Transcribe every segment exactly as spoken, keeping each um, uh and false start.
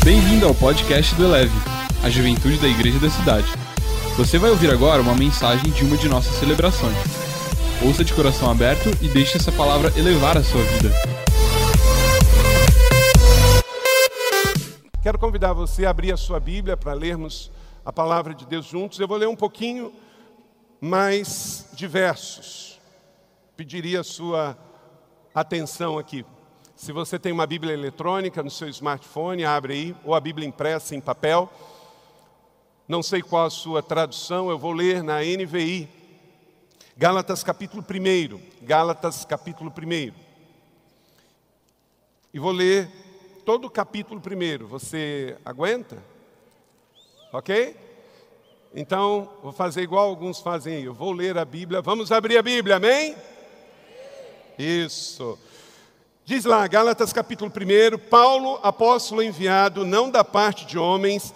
Bem-vindo ao podcast do Eleve, a juventude da igreja da cidade. Você vai ouvir agora uma mensagem de uma de nossas celebrações. Ouça de coração aberto e deixe essa palavra elevar a sua vida. Quero convidar você a abrir a sua Bíblia para lermos a palavra de Deus juntos. Eu vou ler um pouquinho mais de versos. Pediria a sua atenção aqui. Se você tem uma Bíblia eletrônica no seu smartphone, abre aí, ou a Bíblia impressa em papel. Não sei qual a sua tradução, eu vou ler na N V I. Gálatas capítulo um. Gálatas capítulo um. E vou ler todo o capítulo um. Você aguenta? Ok? Então, vou fazer igual alguns fazem aí. Eu vou ler a Bíblia. Vamos abrir a Bíblia, amém? Isso. Diz lá, Gálatas capítulo um. Paulo, apóstolo enviado, não da parte de homens,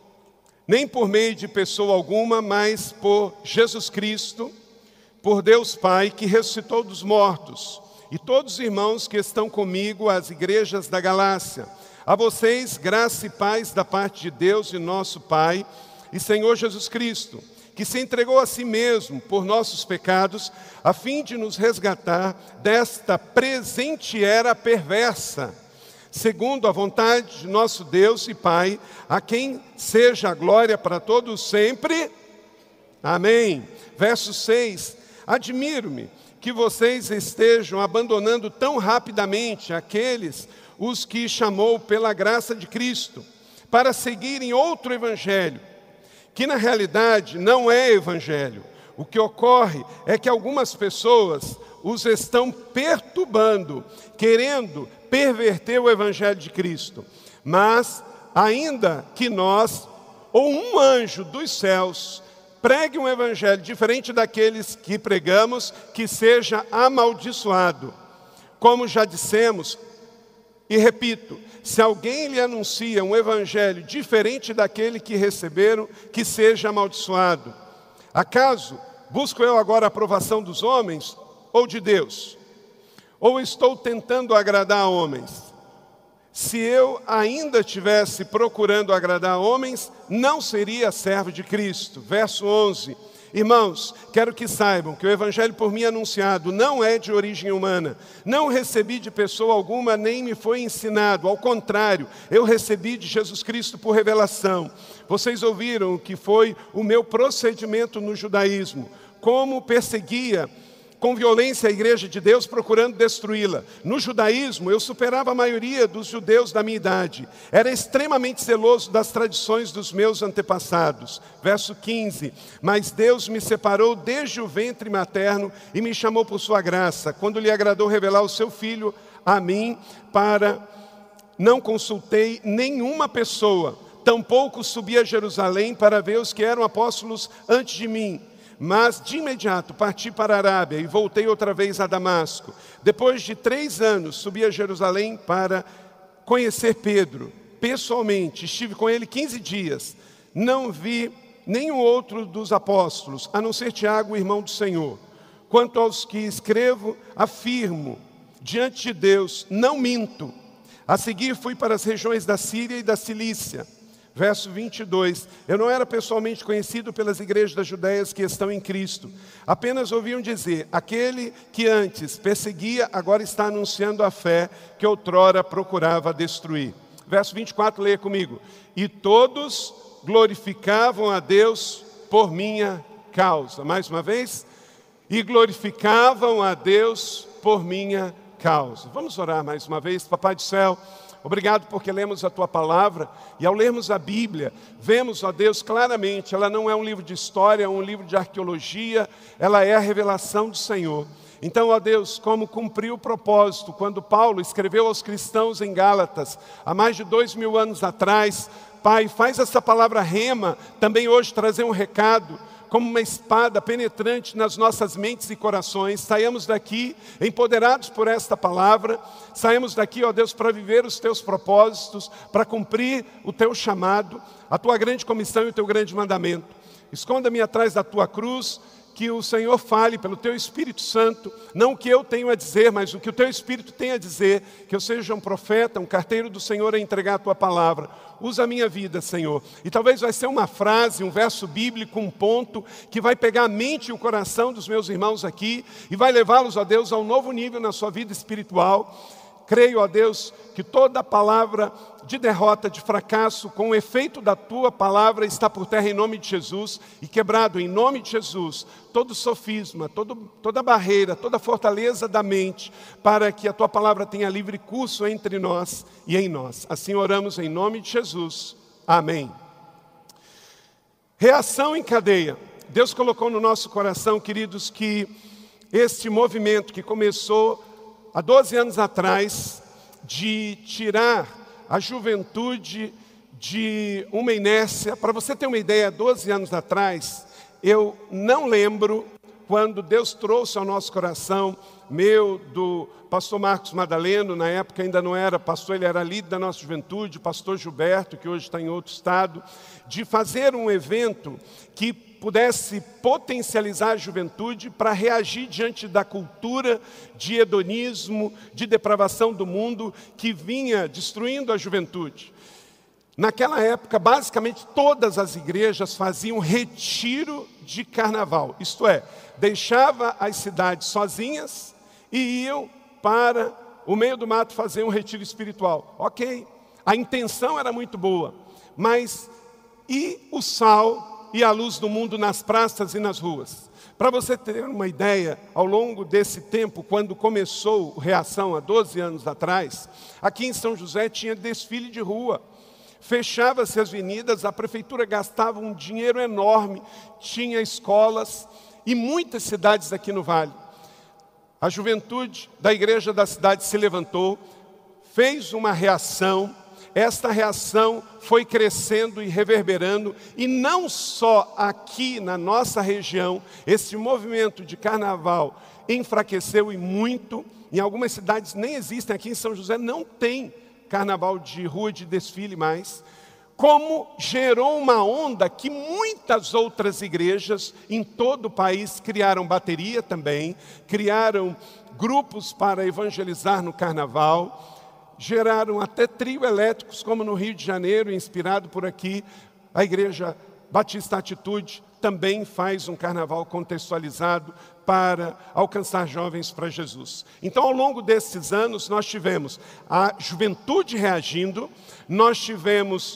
nem por meio de pessoa alguma, mas por Jesus Cristo, por Deus Pai, que ressuscitou dos mortos, e todos os irmãos que estão comigo, as igrejas da Galácia. A vocês, graça e paz da parte de Deus e nosso Pai, e Senhor Jesus Cristo, que se entregou a si mesmo por nossos pecados, a fim de nos resgatar desta presente era perversa, segundo a vontade de nosso Deus e Pai, a quem seja a glória para todos sempre. Amém. Verso seis. Admiro-me que vocês estejam abandonando tão rapidamente aqueles os que chamou pela graça de Cristo, para seguirem outro evangelho, que na realidade não é evangelho. O que ocorre é que algumas pessoas os estão perturbando, querendo perverter o evangelho de Cristo. Mas, ainda que nós, ou um anjo dos céus, pregue um evangelho diferente daqueles que pregamos, que seja amaldiçoado. Como já dissemos, e repito, se alguém lhe anuncia um evangelho diferente daquele que receberam, que seja amaldiçoado. Acaso busco eu agora a aprovação dos homens ou de Deus? Ou estou tentando agradar a homens? Se eu ainda estivesse procurando agradar a homens, não seria servo de Cristo. Verso onze. Irmãos, quero que saibam que o evangelho por mim anunciado não é de origem humana. Não recebi de pessoa alguma, nem me foi ensinado. Ao contrário, eu recebi de Jesus Cristo por revelação. Vocês ouviram o que foi o meu procedimento no judaísmo. Como perseguia com violência a igreja de Deus, procurando destruí-la. No judaísmo, eu superava a maioria dos judeus da minha idade. Era extremamente zeloso das tradições dos meus antepassados. Verso quinze. Mas Deus me separou desde o ventre materno e me chamou por sua graça, quando lhe agradou revelar o seu Filho a mim, para... Não consultei nenhuma pessoa, tampouco subi a Jerusalém para ver os que eram apóstolos antes de mim. Mas de imediato parti para a Arábia e voltei outra vez a Damasco. Depois de três anos subi a Jerusalém para conhecer Pedro. Pessoalmente, estive com ele quinze dias. Não vi nenhum outro dos apóstolos, a não ser Tiago, o irmão do Senhor. Quanto aos que escrevo, afirmo diante de Deus, não minto. A seguir fui para as regiões da Síria e da Cilícia. Verso vinte e dois, eu não era pessoalmente conhecido pelas igrejas das Judéias que estão em Cristo. Apenas ouviam dizer, aquele que antes perseguia, agora está anunciando a fé que outrora procurava destruir. Verso vinte e quatro, leia comigo. E todos glorificavam a Deus por minha causa. Mais uma vez. E glorificavam a Deus por minha causa. Vamos orar mais uma vez. Papai do céu, obrigado porque lemos a Tua palavra e ao lermos a Bíblia, vemos, ó Deus, claramente, ela não é um livro de história, é um livro de arqueologia, ela é a revelação do Senhor. Então, ó Deus, como cumpriu o propósito, quando Paulo escreveu aos cristãos em Gálatas, há mais de dois mil anos atrás, Pai, faz essa palavra rema também hoje trazer um recado, como uma espada penetrante nas nossas mentes e corações. Saímos daqui empoderados por esta palavra, saímos daqui, ó Deus, para viver os Teus propósitos, para cumprir o Teu chamado, a Tua grande comissão e o Teu grande mandamento. Esconda-me atrás da Tua cruz, que o Senhor fale pelo Teu Espírito Santo, não o que eu tenho a dizer, mas o que o Teu Espírito tem a dizer, que eu seja um profeta, um carteiro do Senhor a entregar a Tua palavra. Usa a minha vida, Senhor. E talvez vai ser uma frase, um verso bíblico, um ponto, que vai pegar a mente e o coração dos meus irmãos aqui e vai levá-los, ó Deus, a um novo nível na sua vida espiritual. Creio, ó Deus, que toda palavra de derrota, de fracasso, com o efeito da Tua palavra, está por terra em nome de Jesus e quebrado em nome de Jesus, todo sofisma, todo, toda barreira, toda fortaleza da mente, para que a Tua palavra tenha livre curso entre nós e em nós. Assim oramos em nome de Jesus. Amém. Reação em cadeia. Deus colocou no nosso coração, queridos, que este movimento que começou há doze anos atrás, de tirar a juventude de uma inércia. Para você ter uma ideia, doze anos atrás, eu não lembro quando Deus trouxe ao nosso coração, meu, do pastor Marcos Madaleno, na época ainda não era pastor, ele era líder da nossa juventude, o pastor Gilberto, que hoje está em outro estado, de fazer um evento que pudesse potencializar a juventude para reagir diante da cultura de hedonismo, de depravação do mundo que vinha destruindo a juventude. Naquela época, basicamente todas as igrejas faziam retiro de carnaval, isto é, deixava as cidades sozinhas e iam para o meio do mato fazer um retiro espiritual. Ok, a intenção era muito boa, mas e o sal e a luz do mundo nas praças e nas ruas? Para você ter uma ideia, ao longo desse tempo, quando começou a Reação, há doze anos atrás, aqui em São José tinha desfile de rua. Fechava-se as avenidas, a prefeitura gastava um dinheiro enorme, tinha escolas e muitas cidades aqui no Vale. A juventude da igreja da cidade se levantou, fez uma reação. Esta reação foi crescendo e reverberando, e não só aqui na nossa região, esse movimento de carnaval enfraqueceu e muito. Em algumas cidades nem existem, aqui em São José não tem carnaval de rua, de desfile mais, como gerou uma onda que muitas outras igrejas em todo o país criaram bateria também, criaram grupos para evangelizar no carnaval, geraram até trio elétricos, como no Rio de Janeiro, inspirado por aqui. A Igreja Batista Atitude também faz um carnaval contextualizado para alcançar jovens para Jesus. Então, ao longo desses anos, nós tivemos a juventude reagindo, nós tivemos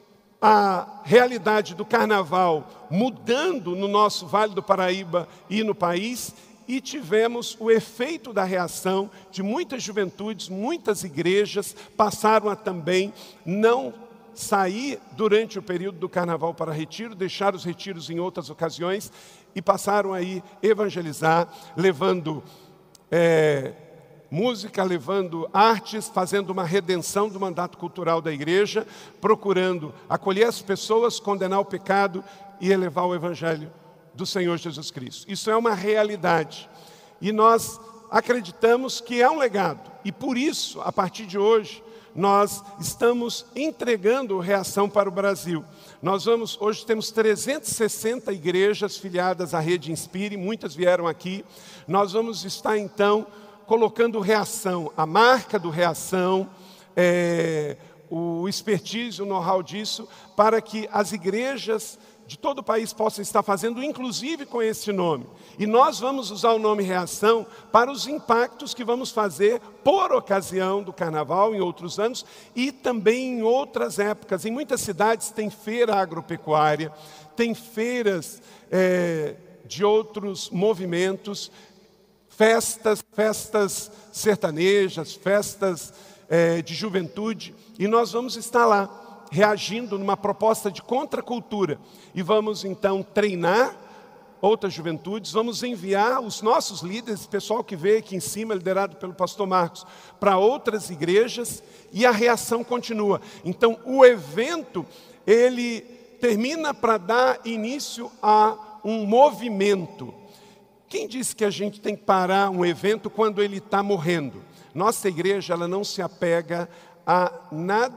a realidade do carnaval mudando no nosso Vale do Paraíba e no país, e tivemos o efeito da reação de muitas juventudes, muitas igrejas passaram a também não sair durante o período do carnaval para retiro, deixar os retiros em outras ocasiões e passaram a ir evangelizar, levando é, música, levando artes, fazendo uma redenção do mandato cultural da igreja, procurando acolher as pessoas, condenar o pecado e elevar o evangelho do Senhor Jesus Cristo. Isso é uma realidade e nós acreditamos que é um legado, e por isso, a partir de hoje, nós estamos entregando Reação para o Brasil. Nós vamos, hoje temos trezentas e sessenta igrejas filiadas à Rede Inspire, muitas vieram aqui. Nós vamos estar então colocando Reação, a marca do Reação, é, o expertise, o know-how disso, para que as igrejas de todo o país possam estar fazendo, inclusive com esse nome. E nós vamos usar o nome Reação para os impactos que vamos fazer por ocasião do carnaval em outros anos e também em outras épocas. Em muitas cidades tem feira agropecuária, tem feiras é, de outros movimentos, festas, festas sertanejas, festas é, de juventude, e nós vamos estar lá, reagindo numa proposta de contracultura. E vamos então treinar outras juventudes, vamos enviar os nossos líderes, o pessoal que veio aqui em cima, liderado pelo pastor Marcos, para outras igrejas, e a reação continua. Então o evento, ele termina para dar início a um movimento. Quem disse que a gente tem que parar um evento quando ele está morrendo? Nossa igreja, ela não se apega a nada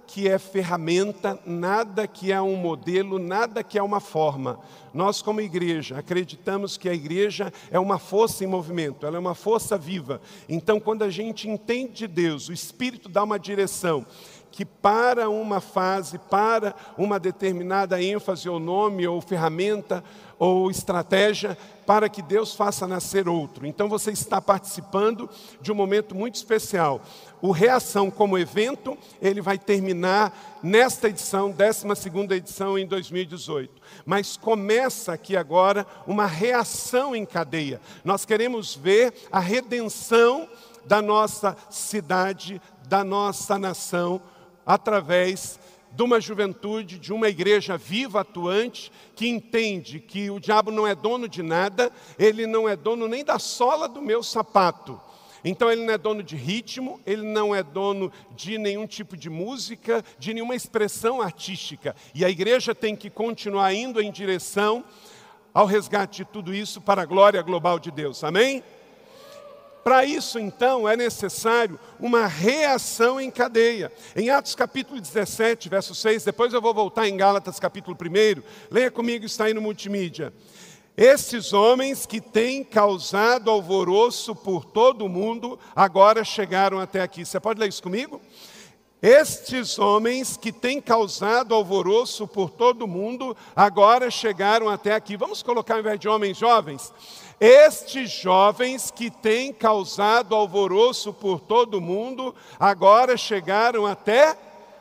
que é ferramenta, nada que é um modelo, nada que é uma forma. Nós, como igreja, acreditamos que a igreja é uma força em movimento, ela é uma força viva. Então, quando a gente entende de Deus, o Espírito dá uma direção que para uma fase, para uma determinada ênfase ou nome, ou ferramenta, ou estratégia, para que Deus faça nascer outro. Então você está participando de um momento muito especial. O Reação como evento, ele vai terminar nesta edição, décima segunda edição em dois mil e dezoito. Mas começa aqui agora uma reação em cadeia. Nós queremos ver a redenção da nossa cidade, da nossa nação, através de uma juventude, de uma igreja viva, atuante, que entende que o diabo não é dono de nada, ele não é dono nem da sola do meu sapato. Então ele não é dono de ritmo, ele não é dono de nenhum tipo de música, de nenhuma expressão artística. E a igreja tem que continuar indo em direção ao resgate de tudo isso para a glória global de Deus. Amém? Para isso, então, é necessário uma reação em cadeia. Em Atos capítulo dezessete, verso seis, depois eu vou voltar em Gálatas capítulo um, leia comigo, está aí no multimídia. Esses homens que têm causado alvoroço por todo o mundo, agora chegaram até aqui. Você pode ler isso comigo? Estes homens que têm causado alvoroço por todo o mundo, agora chegaram até aqui. Vamos colocar ao invés de homens jovens? Estes jovens que têm causado alvoroço por todo o mundo, agora chegaram até...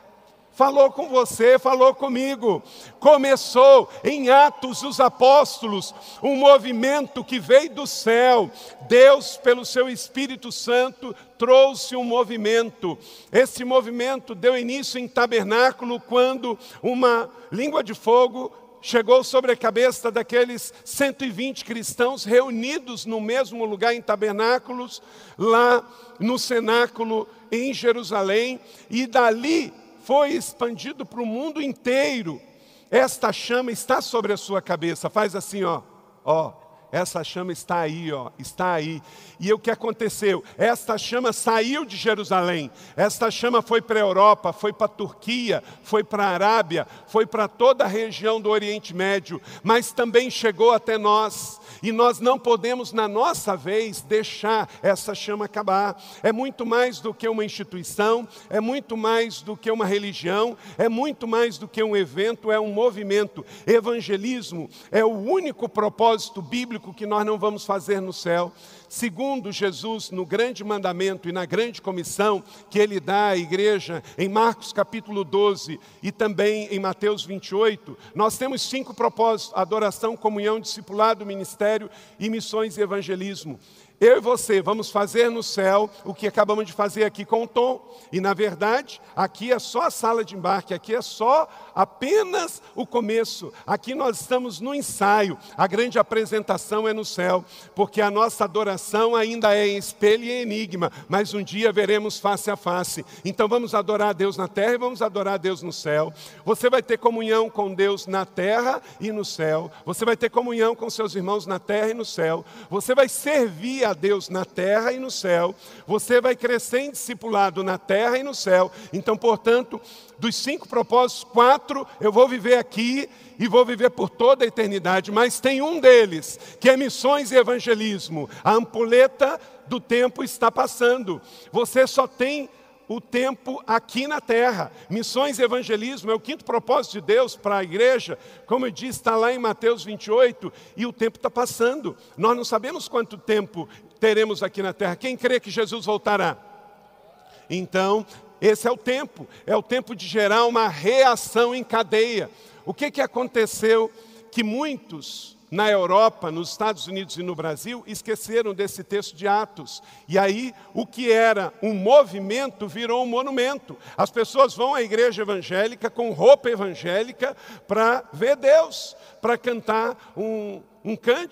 Falou com você, falou comigo. Começou em Atos dos Apóstolos, um movimento que veio do céu. Deus, pelo seu Espírito Santo, trouxe um movimento. Esse movimento deu início em tabernáculo, quando uma língua de fogo chegou sobre a cabeça daqueles cento e vinte cristãos reunidos no mesmo lugar em tabernáculos, lá no cenáculo em Jerusalém, e dali foi expandido para o mundo inteiro. Esta chama está sobre a sua cabeça. Faz assim, ó, ó. Essa chama está aí, ó, está aí. E o que aconteceu? Esta chama saiu de Jerusalém. Esta chama foi para a Europa, foi para a Turquia, foi para a Arábia, foi para toda a região do Oriente Médio, mas também chegou até nós. E nós não podemos, na nossa vez, deixar essa chama acabar. É muito mais do que uma instituição, é muito mais do que uma religião, é muito mais do que um evento, é um movimento. Evangelismo é o único propósito bíblico que nós não vamos fazer no céu. Segundo Jesus, no grande mandamento e na grande comissão que ele dá à igreja, em Marcos capítulo doze e também em Mateus vinte e oito, nós temos cinco propósitos: adoração, comunhão, discipulado, ministério e missões e evangelismo. Eu e você vamos fazer no céu o que acabamos de fazer aqui com o Tom. E na verdade, aqui é só a sala de embarque, aqui é só apenas o começo. Aqui nós estamos no ensaio, a grande apresentação é no céu, porque a nossa adoração ainda é em espelho e em enigma, mas um dia veremos face a face. Então vamos adorar a Deus na terra e vamos adorar a Deus no céu. Você vai ter comunhão com Deus na terra e no céu. Você vai ter comunhão com seus irmãos na terra e no céu. Você vai servir a Deus na terra e no céu. Você vai crescer em discipulado na terra e no céu. Então, portanto, dos cinco propósitos, quatro eu vou viver aqui e vou viver por toda a eternidade, mas tem um deles, que é missões e evangelismo. A ampulheta do tempo está passando. Você só tem o tempo aqui na terra. Missões e evangelismo é o quinto propósito de Deus para a igreja. Como eu disse, está lá em Mateus vinte e oito, e o tempo está passando. Nós não sabemos quanto tempo teremos aqui na terra. Quem crê que Jesus voltará? Então, esse é o tempo. É o tempo de gerar uma reação em cadeia. O que, que aconteceu? Que muitos na Europa, nos Estados Unidos e no Brasil, esqueceram desse texto de Atos. E aí, o que era um movimento virou um monumento. As pessoas vão à igreja evangélica com roupa evangélica para ver Deus, para cantar um, um cântico,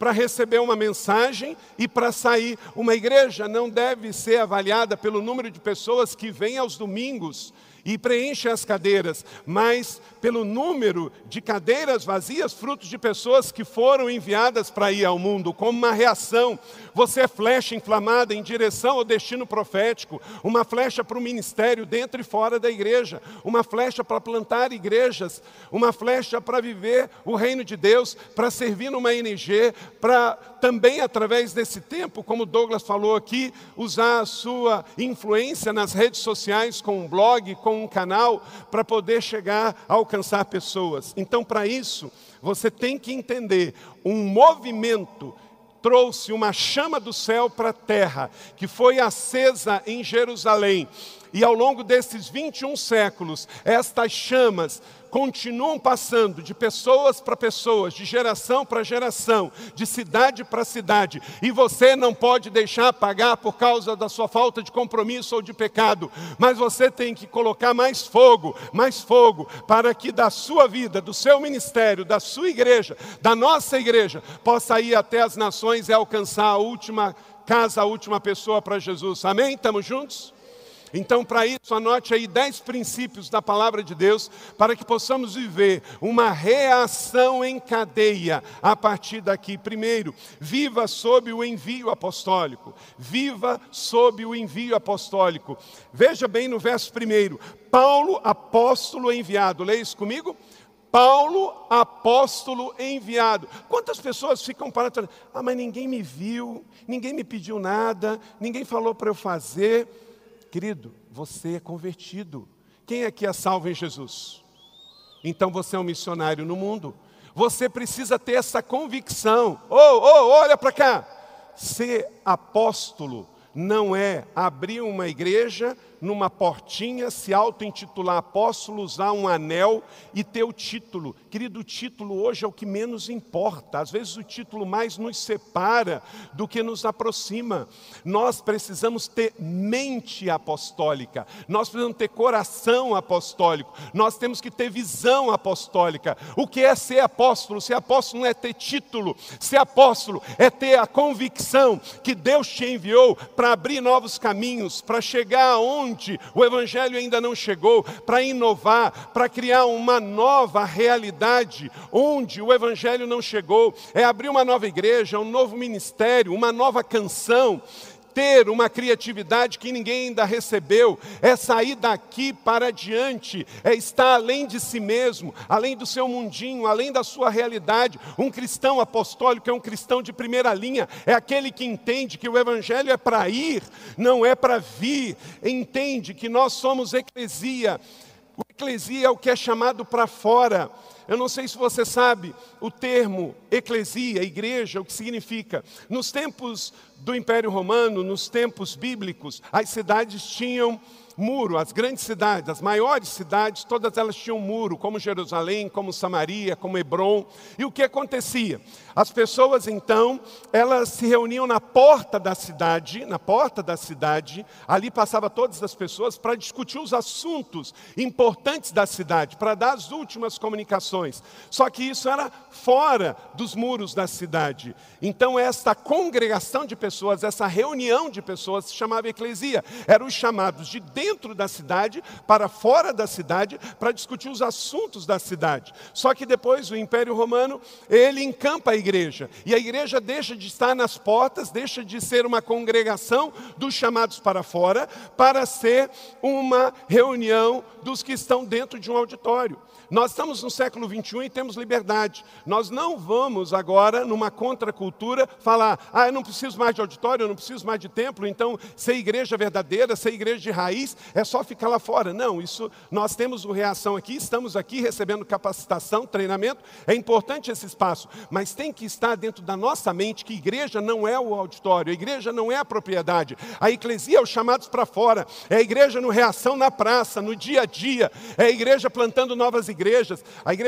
para receber uma mensagem e para sair. Uma igreja não deve ser avaliada pelo número de pessoas que vêm aos domingos e preenchem as cadeiras, mas pelo número de cadeiras vazias, frutos de pessoas que foram enviadas para ir ao mundo, como uma reação. Você é flecha inflamada em direção ao destino profético, uma flecha para o ministério dentro e fora da igreja, uma flecha para plantar igrejas, uma flecha para viver o reino de Deus, para servir numa I N G, para também através desse tempo, como Douglas falou aqui, usar a sua influência nas redes sociais, com um blog, com um canal, para poder chegar a alcançar pessoas. Então, para isso, você tem que entender, um movimento trouxe uma chama do céu para a terra, que foi acesa em Jerusalém. E ao longo desses vinte e um séculos, estas chamas continuam passando de pessoas para pessoas, de geração para geração, de cidade para cidade. E você não pode deixar apagar por causa da sua falta de compromisso ou de pecado. Mas você tem que colocar mais fogo, mais fogo, para que da sua vida, do seu ministério, da sua igreja, da nossa igreja, possa ir até as nações e alcançar a última casa, a última pessoa para Jesus. Amém? Estamos juntos? Então, para isso, anote aí dez princípios da palavra de Deus, para que possamos viver uma reação em cadeia a partir daqui. Primeiro, viva sob o envio apostólico. Viva sob o envio apostólico. Veja bem no verso primeiro. Paulo, apóstolo enviado. Leia isso comigo. Paulo, apóstolo enviado. Quantas pessoas ficam parando? Ah, mas ninguém me viu, ninguém me pediu nada, ninguém falou para eu fazer. Querido, você é convertido. Quem aqui é salvo em Jesus? Então você é um missionário no mundo. Você precisa ter essa convicção. Ô, ô, olha para cá. Ser apóstolo não é abrir uma igreja numa portinha, se auto-intitular apóstolo, usar um anel e ter o título. Querido, o título hoje é o que menos importa. Às vezes o título mais nos separa do que nos aproxima. Nós precisamos ter mente apostólica. Nós precisamos ter coração apostólico. Nós temos que ter visão apostólica. O que é ser apóstolo? Ser apóstolo não é ter título. Ser apóstolo é ter a convicção que Deus te enviou para abrir novos caminhos, para chegar aonde o Evangelho ainda não chegou, para inovar, para criar uma nova realidade onde o Evangelho não chegou. É abrir uma nova igreja, um novo ministério, uma nova canção, ter uma criatividade que ninguém ainda recebeu, é sair daqui para diante, é estar além de si mesmo, além do seu mundinho, além da sua realidade. Um cristão apostólico é um cristão de primeira linha, é aquele que entende que o Evangelho é para ir, não é para vir, entende que nós somos eclesia. O eclesia é o que é chamado para fora. Eu não sei se você sabe o termo eclesia, igreja, o que significa. Nos tempos do Império Romano, nos tempos bíblicos, as cidades tinham muro, as grandes cidades, as maiores cidades, todas elas tinham muro, como Jerusalém, como Samaria, como Hebrom. E o que acontecia? As pessoas então, elas se reuniam na porta da cidade, na porta da cidade, ali passava todas as pessoas para discutir os assuntos importantes da cidade, para dar as últimas comunicações. Só que isso era fora dos muros da cidade. Então esta congregação de pessoas, essa reunião de pessoas se chamava eclesia. Eram os chamados de dentro da cidade para fora da cidade para discutir os assuntos da cidade. Só que depois o Império Romano, ele encampa a igreja. E a igreja deixa de estar nas portas, deixa de ser uma congregação dos chamados para fora, para ser uma reunião dos que estão dentro de um auditório. Nós estamos no século vinte e um e temos liberdade. Nós não vamos agora, numa contracultura, falar, ah, eu não preciso mais de auditório, eu não preciso mais de templo, então ser igreja verdadeira, ser igreja de raiz, é só ficar lá fora. Não, isso, nós temos o Reação aqui, estamos aqui recebendo capacitação, treinamento, é importante esse espaço, mas tem que estar dentro da nossa mente que igreja não é o auditório, a igreja não é a propriedade, a eclesia é os chamados para fora, é a igreja no Reação na praça, no dia a dia, é a igreja plantando novas igrejas. Igrejas, a igreja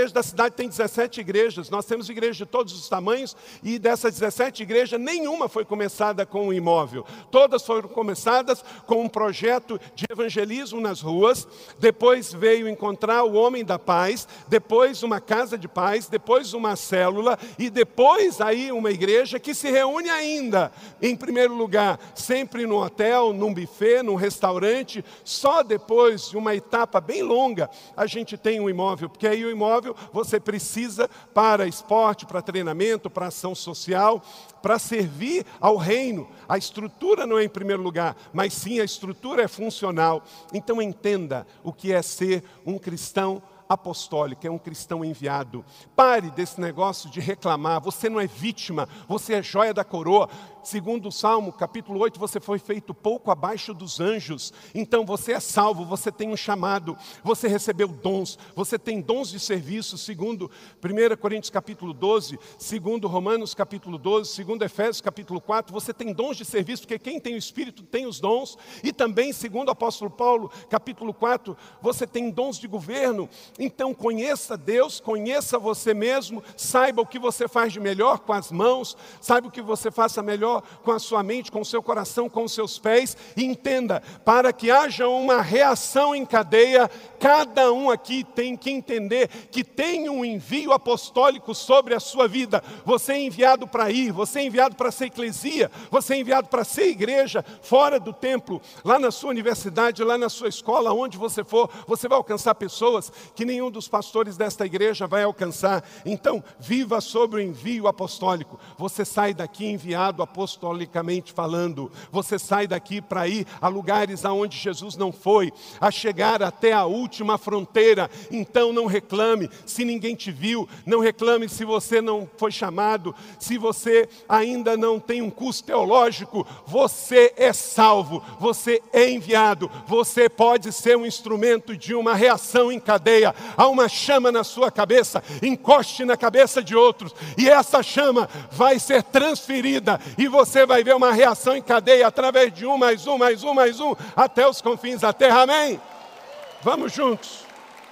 igreja da cidade tem dezessete igrejas, nós temos igrejas de todos os tamanhos, e dessas dezessete igrejas, nenhuma foi começada com um imóvel. Todas foram começadas com um projeto de evangelismo nas ruas, depois veio encontrar o homem da paz, depois uma casa de paz, depois uma célula, e depois aí uma igreja que se reúne ainda, em primeiro lugar, sempre no hotel, num buffet, num restaurante. Só depois de uma etapa bem longa, a gente tem um imóvel, porque aí o imóvel você precisa para esporte, para treinamento, para ação social, para servir ao reino. A estrutura não é em primeiro lugar, mas sim a estrutura é funcional. Então entenda o que é ser um cristão apostólico, é um cristão enviado. Pare desse negócio de reclamar. Você não é vítima, você é joia da coroa. Segundo o Salmo, capítulo oito, você foi feito pouco abaixo dos anjos. Então você é salvo, você tem um chamado, você recebeu dons, você tem dons de serviço, segundo primeira Coríntios capítulo doze, segundo Romanos capítulo doze, segundo Efésios capítulo quatro, você tem dons de serviço, porque quem tem o Espírito tem os dons. E também, segundo o apóstolo Paulo, capítulo quatro, você tem dons de governo. Então conheça Deus, conheça você mesmo, saiba o que você faz de melhor com as mãos, saiba o que você faça melhor com a sua mente, com o seu coração, com os seus pés, e entenda, para que haja uma reação em cadeia, cada um aqui tem que entender que tem um envio apostólico sobre a sua vida. Você é enviado para ir, você é enviado para ser eclesia, você é enviado para ser igreja, fora do templo, lá na sua universidade, lá na sua escola, onde você for, você vai alcançar pessoas que nenhum dos pastores desta igreja vai alcançar. Então, viva sobre o envio apostólico. Você sai daqui enviado apostólico, apostolicamente falando. Você sai daqui para ir a lugares aonde Jesus não foi, a chegar até a última fronteira. Então não reclame se ninguém te viu, não reclame se você não foi chamado, se você ainda não tem um curso teológico. Você é salvo, você é enviado, você pode ser um instrumento de uma reação em cadeia. Há uma chama na sua cabeça, encoste na cabeça de outros, e essa chama vai ser transferida, e você vai ver uma reação em cadeia através de um, mais um, mais um, mais um, até os confins da terra. Amém? Vamos juntos.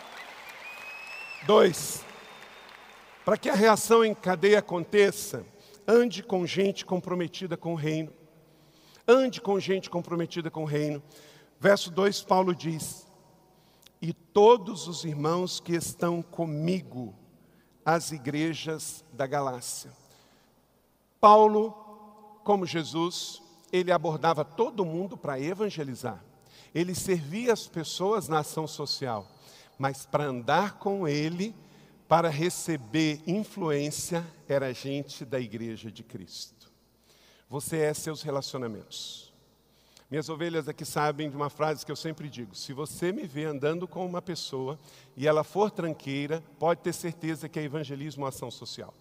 Dois. Para que a reação em cadeia aconteça, ande com gente comprometida com o reino. Ande com gente comprometida com o reino. Verso dois, Paulo diz: e todos os irmãos que estão comigo, as igrejas da Galácia. Paulo, como Jesus, ele abordava todo mundo para evangelizar. Ele servia as pessoas na ação social. Mas para andar com ele, para receber influência, era gente da igreja de Cristo. Você é seus relacionamentos. Minhas ovelhas aqui sabem de uma frase que eu sempre digo: se você me vê andando com uma pessoa e ela for tranqueira, pode ter certeza que é evangelismo ou ação social.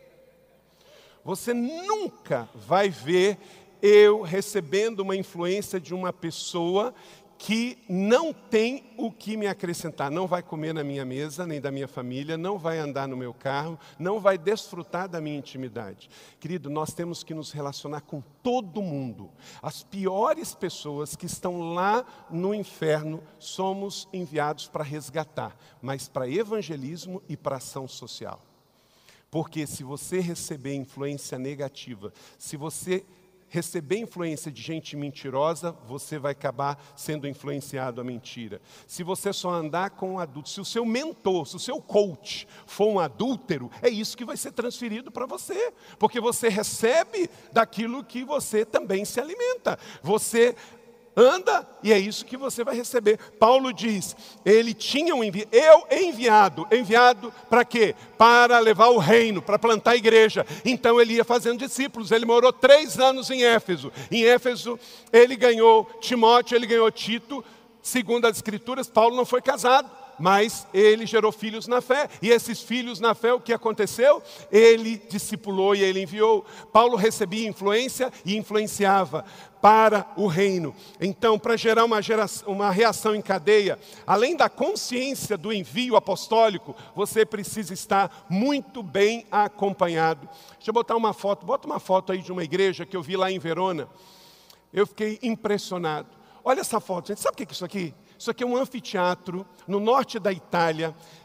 Você nunca vai ver eu recebendo uma influência de uma pessoa que não tem o que me acrescentar. Não vai comer na minha mesa, nem da minha família, não vai andar no meu carro, não vai desfrutar da minha intimidade. Querido, nós temos que nos relacionar com todo mundo. As piores pessoas que estão lá no inferno, somos enviados para resgatar, mas para evangelismo e para ação social. Porque se você receber influência negativa, se você receber influência de gente mentirosa, você vai acabar sendo influenciado à mentira. Se você só andar com um adulto, se o seu mentor, se o seu coach for um adúltero, é isso que vai ser transferido para você. Porque você recebe daquilo que você também se alimenta. Você anda e é isso que você vai receber. Paulo diz, ele tinha um enviado, eu enviado, enviado para quê? Para levar o reino, para plantar a igreja. Então ele ia fazendo discípulos, ele morou três anos em Éfeso. Em Éfeso ele ganhou Timóteo, ele ganhou Tito. Segundo as escrituras, Paulo não foi casado, mas ele gerou filhos na fé. E esses filhos na fé, o que aconteceu? Ele discipulou e ele enviou. Paulo recebia influência e influenciava para o reino. Então, para gerar uma, geração, uma reação em cadeia, além da consciência do envio apostólico, você precisa estar muito bem acompanhado. Deixa eu botar uma foto, bota uma foto aí de uma igreja que eu vi lá em Verona. Eu fiquei impressionado. Olha essa foto, gente, sabe o que é isso aqui? Isso aqui é um anfiteatro no norte da Itália,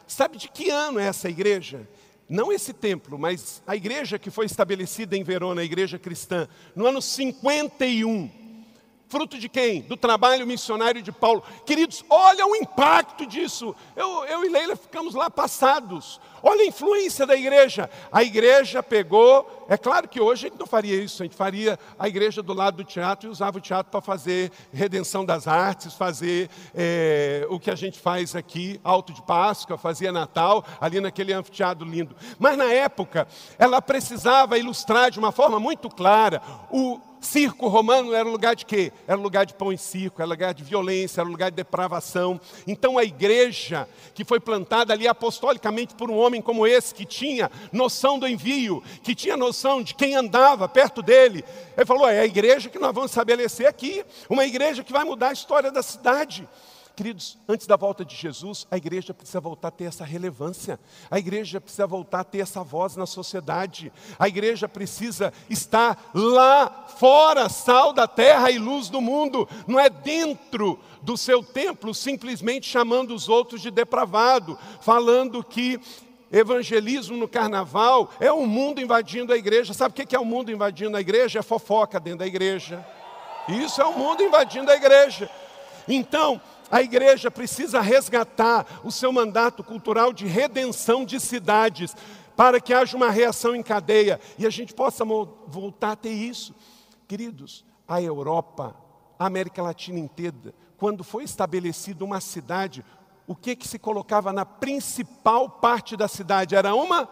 Sabe de que ano é essa igreja? Não esse templo, mas a igreja que foi estabelecida em Verona, a igreja cristã, no ano cinquenta e um. Fruto de quem? Do trabalho missionário de Paulo. Queridos, olha o impacto disso. Eu, eu e Leila ficamos lá passados. Olha a influência da igreja. A igreja pegou, é claro que hoje a gente não faria isso, a gente faria a igreja do lado do teatro e usava o teatro para fazer redenção das artes, fazer é, o que a gente faz aqui, Alto de Páscoa, fazia Natal, ali naquele anfiteatro lindo. Mas na época, ela precisava ilustrar de uma forma muito clara o circo romano era lugar de quê? Era lugar de pão e circo, era lugar de violência, era lugar de depravação. Então a igreja que foi plantada ali apostolicamente por um homem como esse, que tinha noção do envio, que tinha noção de quem andava perto dele, ele falou, é a igreja que nós vamos estabelecer aqui, uma igreja que vai mudar a história da cidade. Queridos, antes da volta de Jesus, a igreja precisa voltar a ter essa relevância. A igreja precisa voltar a ter essa voz na sociedade. A igreja precisa estar lá fora, sal da terra e luz do mundo. Não é dentro do seu templo, simplesmente chamando os outros de depravado, falando que evangelismo no carnaval é o mundo invadindo a igreja. Sabe o que é o mundo invadindo a igreja? É fofoca dentro da igreja. Isso é o mundo invadindo a igreja. Então, a igreja precisa resgatar o seu mandato cultural de redenção de cidades, para que haja uma reação em cadeia e a gente possa voltar a ter isso. Queridos, a Europa, a América Latina inteira, quando foi estabelecida uma cidade, o que que se colocava na principal parte da cidade? Era uma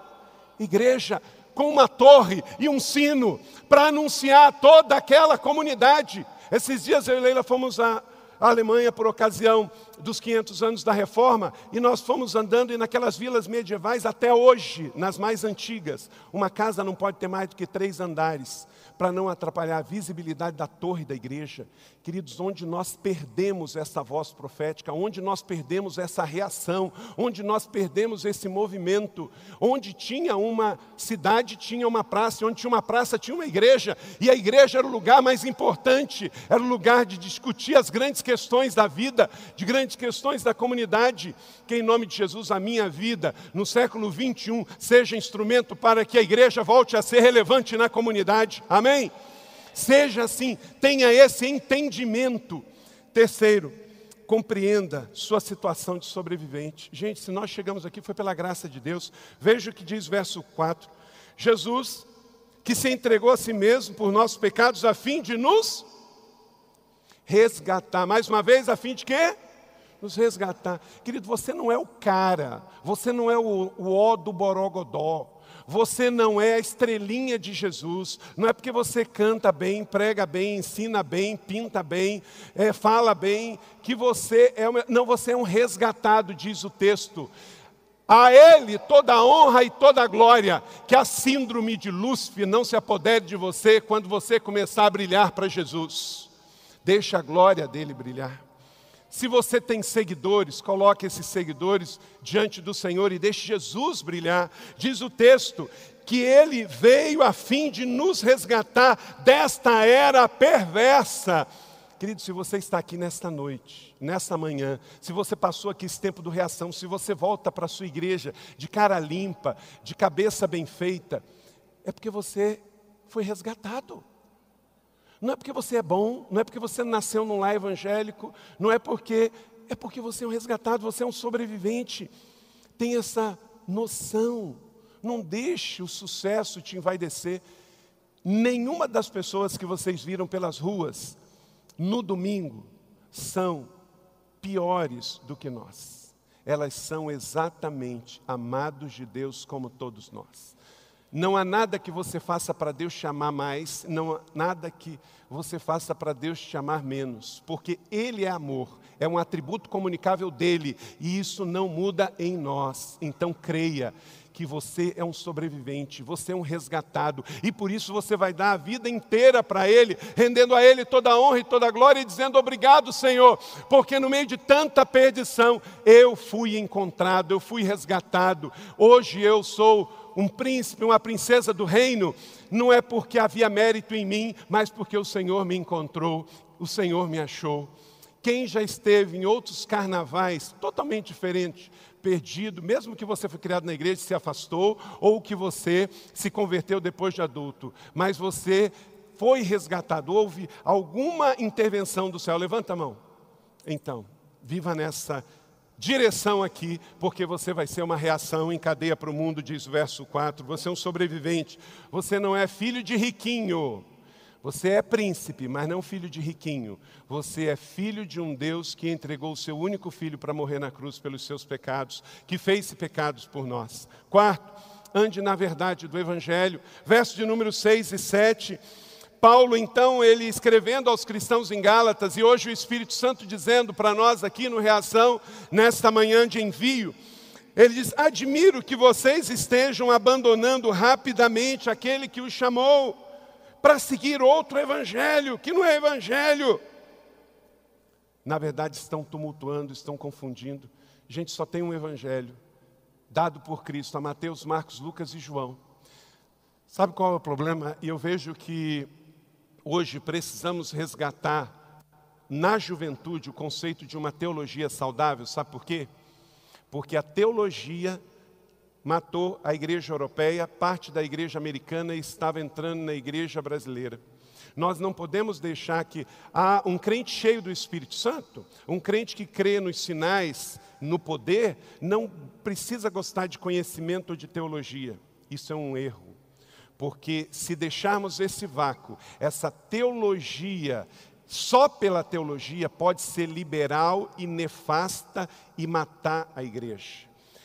igreja com uma torre e um sino para anunciar toda aquela comunidade. Esses dias eu e Leila fomos a a Alemanha por ocasião dos quinhentos anos da Reforma, e nós fomos andando e naquelas vilas medievais até hoje, nas mais antigas, uma casa não pode ter mais do que três andares, para não atrapalhar a visibilidade da torre da igreja. Queridos, onde nós perdemos essa voz profética, onde nós perdemos essa reação, onde nós perdemos esse movimento, onde tinha uma cidade, tinha uma praça, onde tinha uma praça, tinha uma igreja, e a igreja era o lugar mais importante, era o lugar de discutir as grandes questões da vida, de grandes questões da comunidade. Que em nome de Jesus a minha vida, no século vinte e um, seja instrumento para que a igreja volte a ser relevante na comunidade. Amém? Seja assim, tenha esse entendimento. Terceiro, compreenda sua situação de sobrevivente. Gente, se nós chegamos aqui foi pela graça de Deus. Veja o que diz verso quatro. Jesus, que se entregou a si mesmo por nossos pecados, a fim de nos resgatar. Mais uma vez, a fim de quê? Nos resgatar. Querido, você não é o cara, você não é o, o ó do borogodó. Você não é a estrelinha de Jesus, não é porque você canta bem, prega bem, ensina bem, pinta bem, é, fala bem, que você é uma... Não, você é um resgatado, diz o texto. A Ele toda a honra e toda a glória, que a síndrome de Lúcifer não se apodere de você quando você começar a brilhar para Jesus. Deixa a glória dele brilhar. Se você tem seguidores, coloque esses seguidores diante do Senhor e deixe Jesus brilhar. Diz o texto que Ele veio a fim de nos resgatar desta era perversa. Querido, se você está aqui nesta noite, nesta manhã, se você passou aqui esse tempo do reação, se você volta para a sua igreja de cara limpa, de cabeça bem feita, é porque você foi resgatado. Não é porque você é bom, não é porque você nasceu num lar evangélico, não é porque, é porque você é um resgatado, você é um sobrevivente. Tem essa noção, não deixe o sucesso te envaidecer. Nenhuma das pessoas que vocês viram pelas ruas, no domingo, são piores do que nós. Elas são exatamente amados de Deus como todos nós. Não há nada que você faça para Deus te amar mais, não há nada que você faça para Deus te amar menos, porque Ele é amor, é um atributo comunicável dEle, e isso não muda em nós. Então creia que você é um sobrevivente, você é um resgatado, e por isso você vai dar a vida inteira para Ele, rendendo a Ele toda a honra e toda a glória, e dizendo obrigado, Senhor, porque no meio de tanta perdição, eu fui encontrado, eu fui resgatado, hoje eu sou um príncipe, uma princesa do reino, não é porque havia mérito em mim, mas porque o Senhor me encontrou, o Senhor me achou. Quem já esteve em outros carnavais totalmente diferentes, perdido, mesmo que você foi criado na igreja e se afastou, ou que você se converteu depois de adulto, mas você foi resgatado, houve alguma intervenção do céu, levanta a mão. Então, viva nessa direção aqui, porque você vai ser uma reação em cadeia para o mundo, diz o verso quatro. Você é um sobrevivente, você não é filho de riquinho. Você é príncipe, mas não filho de riquinho. Você é filho de um Deus que entregou o seu único filho para morrer na cruz pelos seus pecados, que fez pecados por nós. Quarto, ande na verdade do Evangelho. Verso de número seis e sete. Paulo, então, ele escrevendo aos cristãos em Gálatas, e hoje o Espírito Santo dizendo para nós aqui no Reação, nesta manhã de envio, ele diz: admiro que vocês estejam abandonando rapidamente aquele que os chamou para seguir outro evangelho, que não é evangelho. Na verdade, estão tumultuando, estão confundindo. Gente, só tem um evangelho, dado por Cristo, a Mateus, Marcos, Lucas e João. Sabe qual é o problema? E eu vejo que hoje precisamos resgatar na juventude o conceito de uma teologia saudável. Sabe por quê? Porque a teologia matou a igreja europeia, parte da igreja americana estava entrando na igreja brasileira. Nós não podemos deixar que há um crente cheio do Espírito Santo, um crente que crê nos sinais, no poder, não precisa gostar de conhecimento ou de teologia. Isso é um erro. Porque se deixarmos esse vácuo, essa teologia, só pela teologia, pode ser liberal e nefasta e matar a igreja.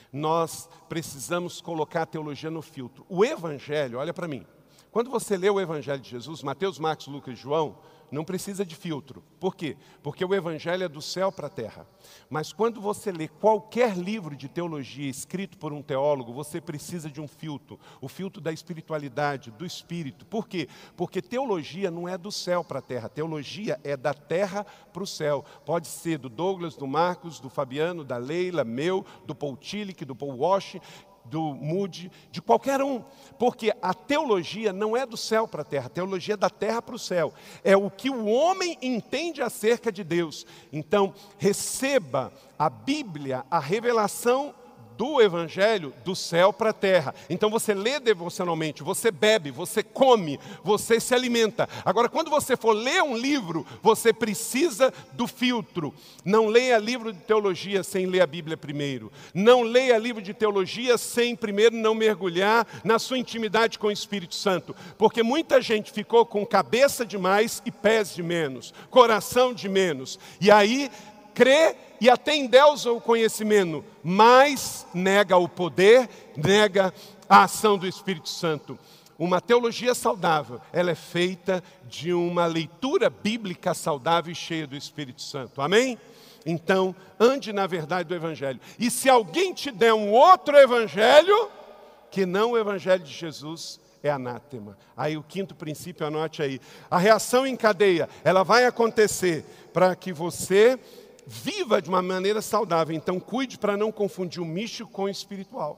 Nós precisamos colocar a teologia no filtro. O Evangelho, olha para mim, quando você lê o Evangelho de Jesus, Mateus, Marcos, Lucas e João, não precisa de filtro. Por quê? Porque o Evangelho é do céu para a terra. Mas quando você lê qualquer livro de teologia escrito por um teólogo, você precisa de um filtro. O filtro da espiritualidade, do espírito. Por quê? Porque teologia não é do céu para a terra. Teologia é da terra para o céu. Pode ser do Douglas, do Marcos, do Fabiano, da Leila, meu, do Paul Tillich, do Paul Walsh, do Moody, de qualquer um, porque a teologia não é do céu para a terra, a teologia é da terra para o céu, é o que o homem entende acerca de Deus. Então, receba a Bíblia, a revelação do Evangelho do céu para a terra. Então você lê devocionalmente, você bebe, você come, você se alimenta. Agora, quando você for ler um livro, você precisa do filtro. Não leia livro de teologia sem ler a Bíblia primeiro. Não leia livro de teologia sem primeiro não mergulhar na sua intimidade com o Espírito Santo. Porque muita gente ficou com cabeça de mais e pés de menos, coração de menos. E aí crê e até endeusa o conhecimento, mas nega o poder, nega a ação do Espírito Santo. Uma teologia saudável, ela é feita de uma leitura bíblica saudável e cheia do Espírito Santo. Amém? Então, ande na verdade do Evangelho. E se alguém te der um outro Evangelho, que não o Evangelho de Jesus, é anátema. Aí o quinto princípio, anote aí. A reação em cadeia, ela vai acontecer para que você viva de uma maneira saudável. Então cuide para não confundir o místico com o espiritual.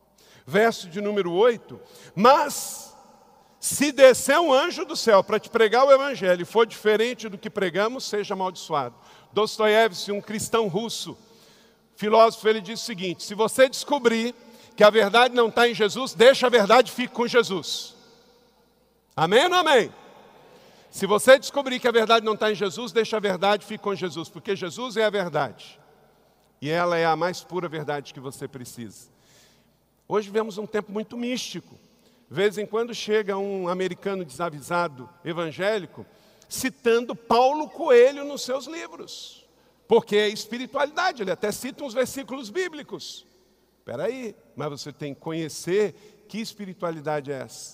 Verso de número oito. Mas se descer um anjo do céu para te pregar o Evangelho e for diferente do que pregamos, seja amaldiçoado. Dostoiévski, um cristão russo, filósofo, ele diz o seguinte: se você descobrir que a verdade não está em Jesus, deixa a verdade e fique com Jesus. Amém ou não amém? Se você descobrir que a verdade não está em Jesus, deixa a verdade e fique com Jesus, porque Jesus é a verdade. E ela é a mais pura verdade que você precisa. Hoje vivemos um tempo muito místico. De vez em quando chega um americano desavisado evangélico, citando Paulo Coelho nos seus livros. Porque é espiritualidade, ele até cita uns versículos bíblicos. Espera aí, mas você tem que conhecer que espiritualidade é essa.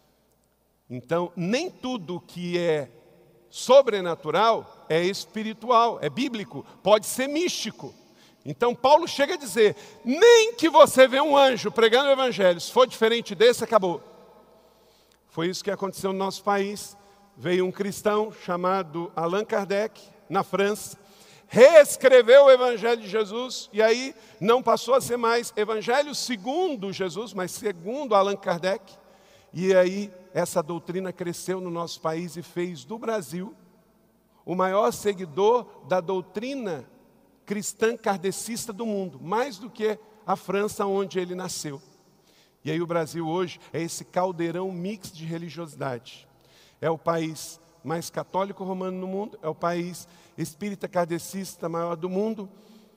Então, nem tudo que é sobrenatural é espiritual, é bíblico, pode ser místico. Então, Paulo chega a dizer, nem que você vê um anjo pregando o Evangelho, se for diferente desse, acabou. Foi isso que aconteceu no nosso país. Veio um cristão chamado Allan Kardec, na França, reescreveu o Evangelho de Jesus, e aí não passou a ser mais Evangelho segundo Jesus, mas segundo Allan Kardec. E aí essa doutrina cresceu no nosso país e fez do Brasil o maior seguidor da doutrina cristã kardecista do mundo, mais do que a França, onde ele nasceu. E aí o Brasil hoje é esse caldeirão mix de religiosidade. É o país mais católico romano no mundo, é o país espírita kardecista maior do mundo.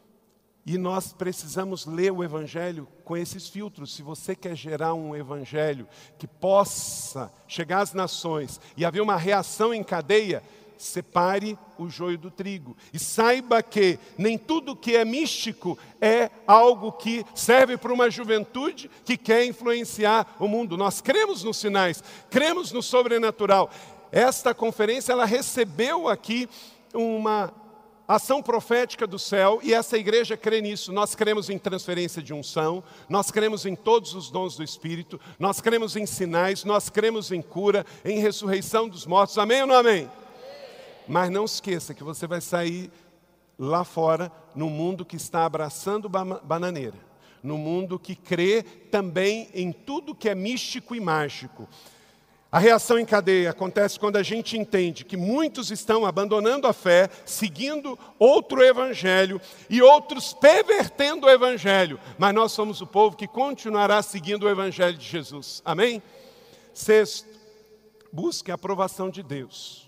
E nós precisamos ler o Evangelho com esses filtros. Se você quer gerar um Evangelho que possa chegar às nações e haver uma reação em cadeia, separe o joio do trigo. E saiba que nem tudo que é místico é algo que serve para uma juventude que quer influenciar o mundo. Nós cremos nos sinais, cremos no sobrenatural. Esta conferência, ela recebeu aqui uma ação profética do céu, e essa igreja crê nisso. Nós cremos em transferência de unção, nós cremos em todos os dons do Espírito, nós cremos em sinais, nós cremos em cura, em ressurreição dos mortos. Amém ou não amém? Mas não esqueça que você vai sair lá fora, no mundo que está abraçando bananeira, no mundo que crê também em tudo que é místico e mágico. A reação em cadeia acontece quando a gente entende que muitos estão abandonando a fé, seguindo outro evangelho, e outros pervertendo o evangelho. Mas nós somos o povo que continuará seguindo o evangelho de Jesus. Amém? Sexto, busque a aprovação de Deus.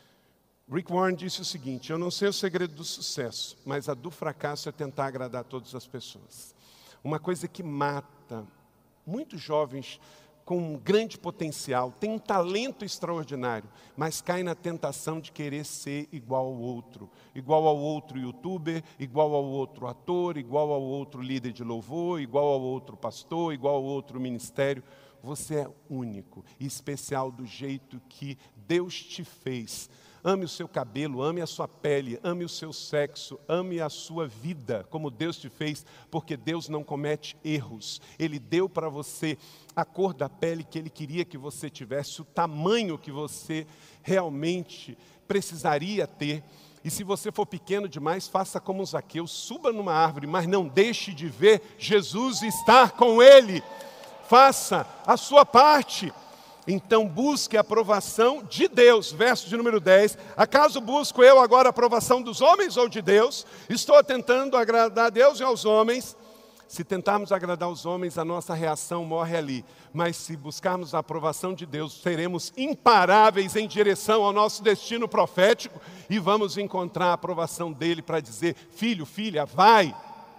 Rick Warren disse o seguinte: eu não sei o segredo do sucesso, mas a do fracasso é tentar agradar todas as pessoas. Uma coisa que mata muitos jovens com um grande potencial, tem um talento extraordinário, mas cai na tentação de querer ser igual ao outro. Igual ao outro youtuber, igual ao outro ator, igual ao outro líder de louvor, igual ao outro pastor, igual ao outro ministério. Você é único e especial do jeito que Deus te fez. Ame o seu cabelo, ame a sua pele, ame o seu sexo, ame a sua vida, como Deus te fez, porque Deus não comete erros. Ele deu para você a cor da pele que Ele queria que você tivesse, o tamanho que você realmente precisaria ter. E se você for pequeno demais, faça como Zaqueu, suba numa árvore, mas não deixe de ver Jesus e estar com Ele. Faça a sua parte. Então busque a aprovação de Deus. Verso de número dez. Acaso busco eu agora a aprovação dos homens ou de Deus? Estou tentando agradar a Deus e aos homens. Se tentarmos agradar os homens, a nossa reação morre ali. Mas se buscarmos a aprovação de Deus, seremos imparáveis em direção ao nosso destino profético e vamos encontrar a aprovação dele para dizer: filho, filha, vai.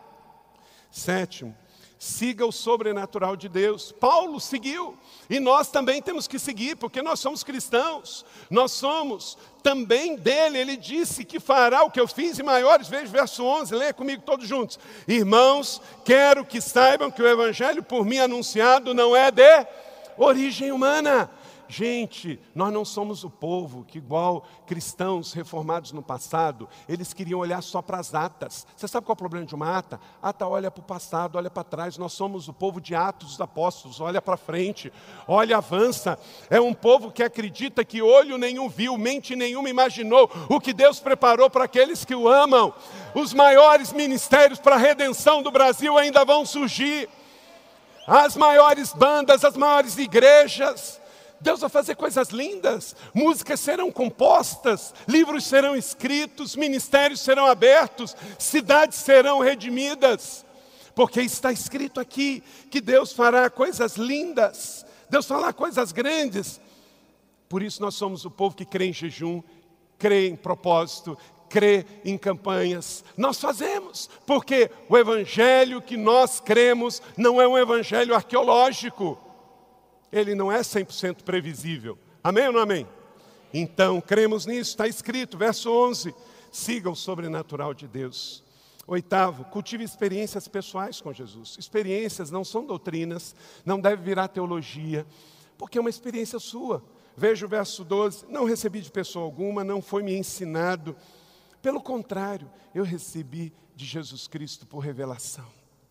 Sétimo, siga o sobrenatural de Deus. Paulo seguiu, e nós também temos que seguir, porque nós somos cristãos, nós somos também dele. Ele disse que fará o que eu fiz e maiores. Veja verso onze, leia comigo todos juntos. Irmãos, quero que saibam que o evangelho por mim anunciado não é de origem humana. Gente, nós não somos o povo que, igual cristãos reformados no passado, eles queriam olhar só para as atas. Você sabe qual é o problema de uma ata? A ata olha para o passado, olha para trás. Nós somos o povo de Atos dos Apóstolos, olha para frente, olha, avança. É um povo que acredita que olho nenhum viu, mente nenhuma imaginou o que Deus preparou para aqueles que o amam. Os maiores ministérios para a redenção do Brasil ainda vão surgir. As maiores bandas, as maiores igrejas. Deus vai fazer coisas lindas, músicas serão compostas, livros serão escritos, ministérios serão abertos, cidades serão redimidas, porque está escrito aqui que Deus fará coisas lindas, Deus fará coisas grandes. Por isso nós somos o povo que crê em jejum, crê em propósito, crê em campanhas. Nós fazemos, porque o evangelho que nós cremos não é um evangelho arqueológico. Ele não é cem por cento previsível. Amém ou não amém? Então, cremos nisso, está escrito, verso onze. Siga o sobrenatural de Deus. Oitavo, cultive experiências pessoais com Jesus. Experiências não são doutrinas, não deve virar teologia, porque é uma experiência sua. Veja o verso doze. Não recebi de pessoa alguma, não foi me ensinado. Pelo contrário, eu recebi de Jesus Cristo por revelação.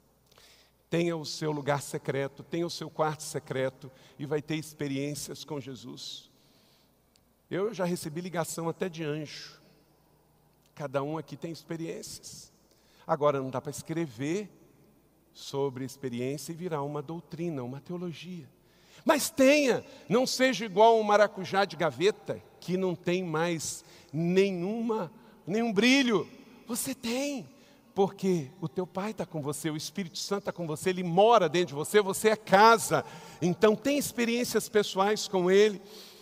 Tenha o seu lugar secreto, tenha o seu quarto secreto e vai ter experiências com Jesus. Eu já recebi ligação até de anjo. Cada um aqui tem experiências. Agora não dá para escrever sobre experiência e virar uma doutrina, uma teologia. Mas tenha, não seja igual um maracujá de gaveta, que não tem mais nenhuma, nenhum brilho. Você tem, porque o teu Pai está com você, o Espírito Santo está com você, Ele mora dentro de você, você é casa. Então tem experiências pessoais com Ele.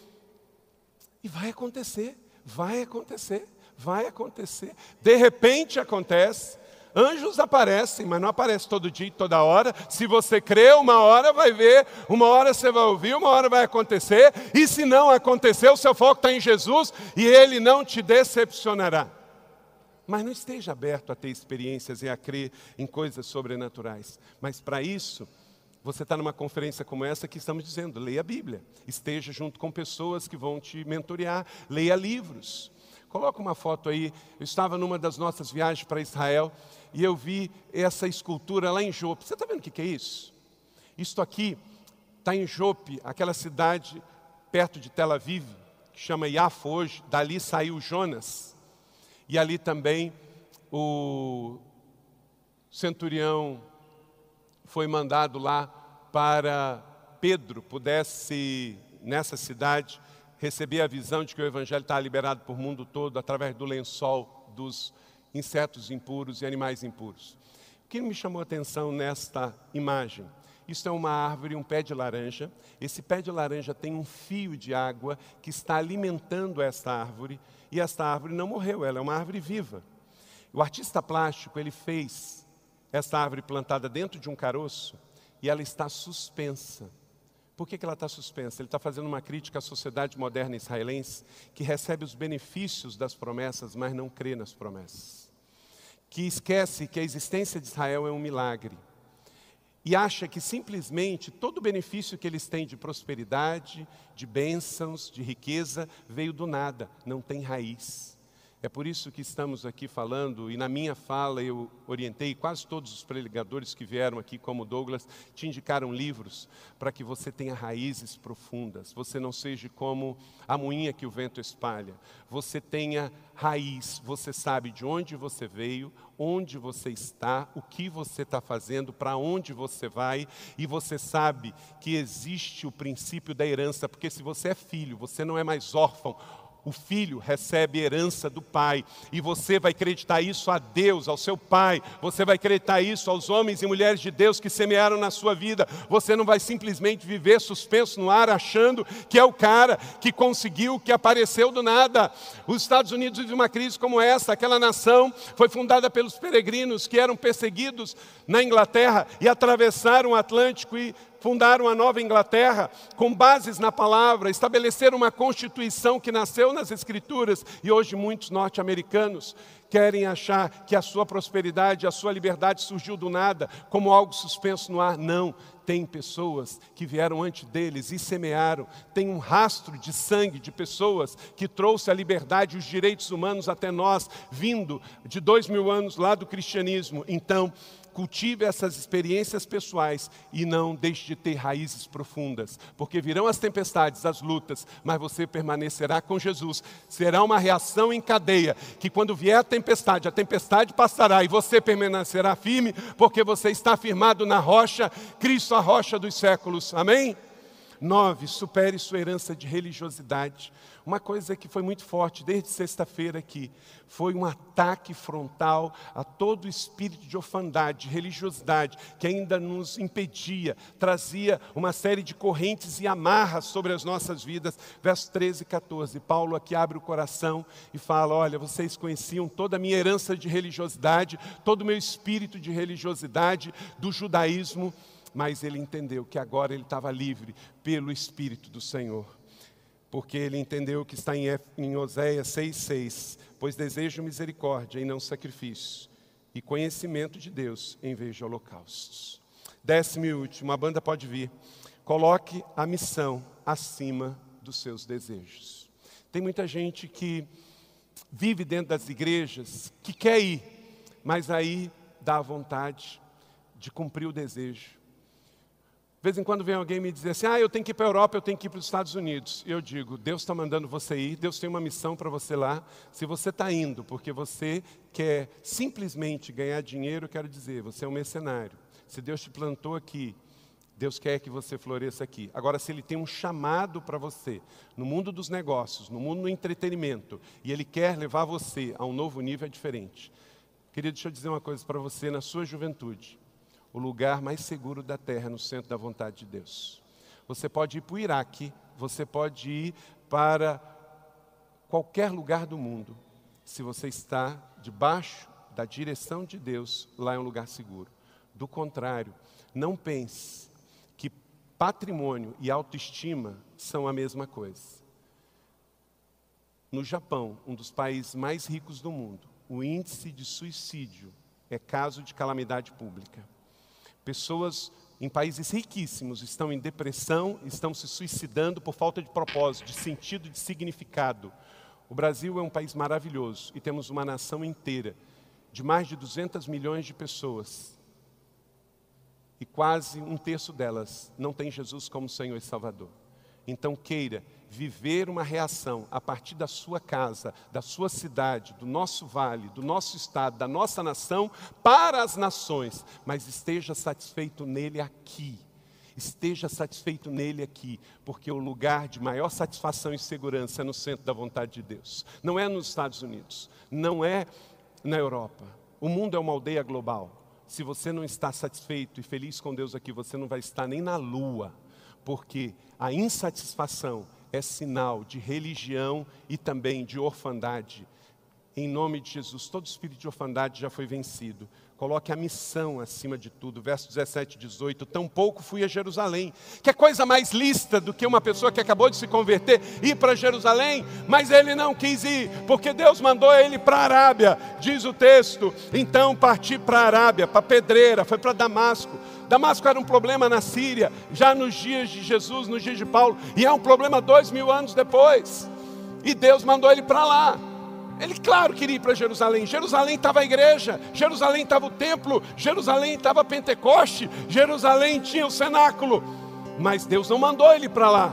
E vai acontecer, vai acontecer, vai acontecer. De repente acontece. Anjos aparecem, mas não aparecem todo dia e toda hora. Se você crê, uma hora vai ver, uma hora você vai ouvir, uma hora vai acontecer. E se não acontecer, o seu foco está em Jesus e Ele não te decepcionará. Mas não esteja aberto a ter experiências e a crer em coisas sobrenaturais. Mas para isso, você está numa conferência como essa que estamos dizendo, leia a Bíblia. Esteja junto com pessoas que vão te mentorear, leia livros. Coloca uma foto aí, eu estava numa das nossas viagens para Israel e eu vi essa escultura lá em Jope. Você está vendo o que é isso? Isto aqui está em Jope, aquela cidade perto de Tel Aviv, que chama Iafo hoje. Dali saiu Jonas. E ali também o centurião foi mandado lá para Pedro pudesse, nessa cidade, receber a visão de que o Evangelho está liberado por mundo todo através do lençol dos insetos impuros e animais impuros. O que me chamou a atenção nesta imagem? Isso é uma árvore, um pé de laranja. Esse pé de laranja tem um fio de água que está alimentando esta árvore. E esta árvore não morreu, ela é uma árvore viva. O artista plástico, ele fez essa árvore plantada dentro de um caroço e ela está suspensa. Por que que ela está suspensa? Ele está fazendo uma crítica à sociedade moderna israelense que recebe os benefícios das promessas, mas não crê nas promessas. Que esquece que a existência de Israel é um milagre. E acha que simplesmente todo o benefício que eles têm de prosperidade, de bênçãos, de riqueza, veio do nada, não tem raiz. É por isso que estamos aqui falando, e na minha fala eu orientei, quase todos os pregadores que vieram aqui, como Douglas, te indicaram livros para que você tenha raízes profundas. Você não seja como a moinha que o vento espalha. Você tenha raiz, você sabe de onde você veio, onde você está, o que você está fazendo, para onde você vai, e você sabe que existe o princípio da herança, porque se você é filho, você não é mais órfão. O filho recebe herança do pai, e você vai acreditar isso a Deus, ao seu pai, você vai acreditar isso aos homens e mulheres de Deus que semearam na sua vida. Você não vai simplesmente viver suspenso no ar, achando que é o cara que conseguiu, que apareceu do nada. Os Estados Unidos vivem uma crise como essa. Aquela nação foi fundada pelos peregrinos que eram perseguidos na Inglaterra e atravessaram o Atlântico e fundaram a Nova Inglaterra com bases na palavra, estabeleceram uma constituição que nasceu nas Escrituras, e hoje muitos norte-americanos querem achar que a sua prosperidade, a sua liberdade surgiu do nada, como algo suspenso no ar. Não, tem pessoas que vieram antes deles e semearam, tem um rastro de sangue de pessoas que trouxe a liberdade e os direitos humanos até nós, vindo de dois mil anos lá do cristianismo. Então, cultive essas experiências pessoais e não deixe de ter raízes profundas, porque virão as tempestades, as lutas, mas você permanecerá com Jesus. Será uma reação em cadeia, que quando vier a tempestade, a tempestade passará e você permanecerá firme, porque você está firmado na rocha, Cristo a rocha dos séculos. Amém? Nove, supere sua herança de religiosidade. Uma coisa que foi muito forte desde sexta-feira aqui, foi um ataque frontal a todo espírito de orfandade, de religiosidade, que ainda nos impedia, trazia uma série de correntes e amarras sobre as nossas vidas. Versos treze e quatorze, Paulo aqui abre o coração e fala: olha, vocês conheciam toda a minha herança de religiosidade, todo o meu espírito de religiosidade do judaísmo, mas ele entendeu que agora ele estava livre pelo Espírito do Senhor. Porque ele entendeu que está em Oséias seis, seis. Pois desejo misericórdia e não sacrifício, e conhecimento de Deus em vez de holocaustos. Décimo e último, a banda pode vir. Coloque a missão acima dos seus desejos. Tem muita gente que vive dentro das igrejas, que quer ir, mas aí dá a vontade de cumprir o desejo. De vez em quando vem alguém me dizer assim: ah, eu tenho que ir para a Europa, eu tenho que ir para os Estados Unidos. E eu digo: Deus está mandando você ir, Deus tem uma missão para você lá. Se você está indo porque você quer simplesmente ganhar dinheiro, eu quero dizer, você é um mercenário. Se Deus te plantou aqui, Deus quer que você floresça aqui. Agora, se Ele tem um chamado para você, no mundo dos negócios, no mundo do entretenimento, e Ele quer levar você a um novo nível, é diferente. Querido, deixa eu dizer uma coisa para você, na sua juventude, o lugar mais seguro da terra é no centro da vontade de Deus. Você pode ir para o Iraque, você pode ir para qualquer lugar do mundo. Se você está debaixo da direção de Deus, lá é um lugar seguro. Do contrário, não pense que patrimônio e autoestima são a mesma coisa. No Japão, um dos países mais ricos do mundo, o índice de suicídio é caso de calamidade pública. Pessoas em países riquíssimos estão em depressão, estão se suicidando por falta de propósito, de sentido, de significado. O Brasil é um país maravilhoso e temos uma nação inteira de mais de duzentos milhões de pessoas. E quase um terço delas não tem Jesus como Senhor e Salvador. Então queira viver uma reação a partir da sua casa, da sua cidade, do nosso vale, do nosso estado, da nossa nação, para as nações. Mas esteja satisfeito nele aqui. Esteja satisfeito nele aqui, porque o lugar de maior satisfação e segurança é no centro da vontade de Deus. Não é nos Estados Unidos, não é na Europa. O mundo é uma aldeia global. Se você não está satisfeito e feliz com Deus aqui, você não vai estar nem na lua, porque a insatisfação é sinal de religião e também de orfandade. Em nome de Jesus, todo espírito de orfandade já foi vencido. Coloque a missão acima de tudo. Verso dezessete e dezoito. Tampouco fui a Jerusalém. Que coisa mais lícita do que uma pessoa que acabou de se converter ir para Jerusalém? Mas ele não quis ir, porque Deus mandou ele para a Arábia. Diz o texto. Então parti para a Arábia, para Pedreira, foi para Damasco. Damasco era um problema na Síria, já nos dias de Jesus, nos dias de Paulo. E é um problema dois mil anos depois. E Deus mandou ele para lá. Ele, claro, queria ir para Jerusalém. Jerusalém estava a igreja, Jerusalém estava o templo, Jerusalém estava Pentecoste, Jerusalém tinha o cenáculo. Mas Deus não mandou ele para lá.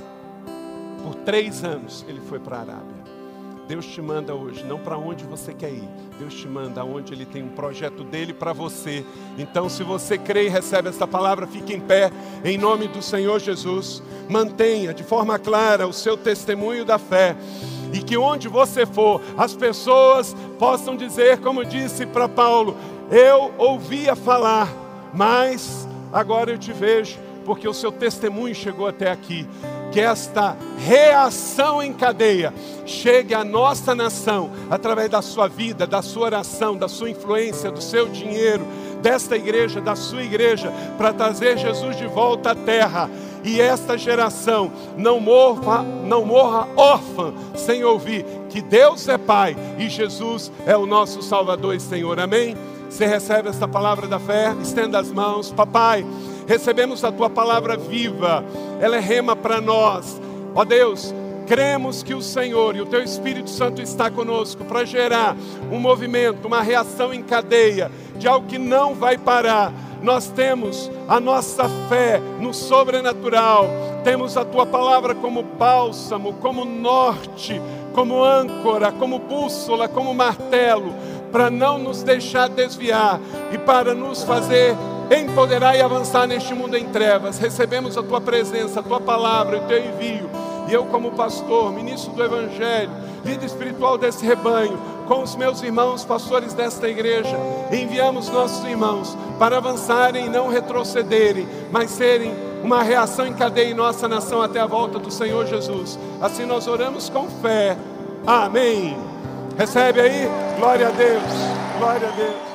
Por três anos ele foi para a Arábia. Deus te manda hoje, não para onde você quer ir. Deus te manda aonde Ele tem um projeto dele para você. Então, se você crê e recebe essa palavra, fique em pé, em nome do Senhor Jesus. Mantenha de forma clara o seu testemunho da fé. E que onde você for, as pessoas possam dizer, como disse para Paulo: eu ouvia falar, mas agora eu te vejo, porque o seu testemunho chegou até aqui. Que esta reação em cadeia chegue à nossa nação, através da sua vida, da sua oração, da sua influência, do seu dinheiro, desta igreja, da sua igreja, para trazer Jesus de volta à terra. E esta geração não morra, não morra órfã sem ouvir que Deus é Pai e Jesus é o nosso Salvador e Senhor. Amém? Você recebe esta palavra da fé? Estenda as mãos. Papai, recebemos a Tua palavra viva, ela é rema para nós. Ó Deus, cremos que o Senhor e o Teu Espírito Santo está conosco para gerar um movimento, uma reação em cadeia de algo que não vai parar. Nós temos a nossa fé no sobrenatural, temos a Tua palavra como bálsamo, como norte, como âncora, como bússola, como martelo, para não nos deixar desviar e para nos fazer empoderar e avançar neste mundo em trevas. Recebemos a Tua presença, a Tua palavra, o Teu envio. E eu, como pastor, ministro do Evangelho, líder espiritual desse rebanho, com os meus irmãos pastores desta igreja, enviamos nossos irmãos para avançarem e não retrocederem, mas serem uma reação em cadeia em nossa nação até a volta do Senhor Jesus. Assim nós oramos com fé. Amém. Recebe aí? Glória a Deus. Glória a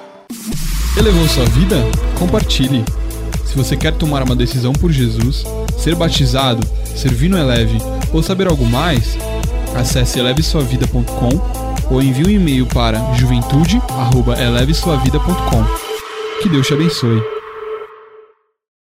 Deus. Elevou sua vida? Compartilhe. Se você quer tomar uma decisão por Jesus, ser batizado, servir no Eleve ou saber algo mais, acesse eleve sua vida ponto com ou envie um e-mail para juventude arroba eleve sua vida ponto com. Que Deus te abençoe.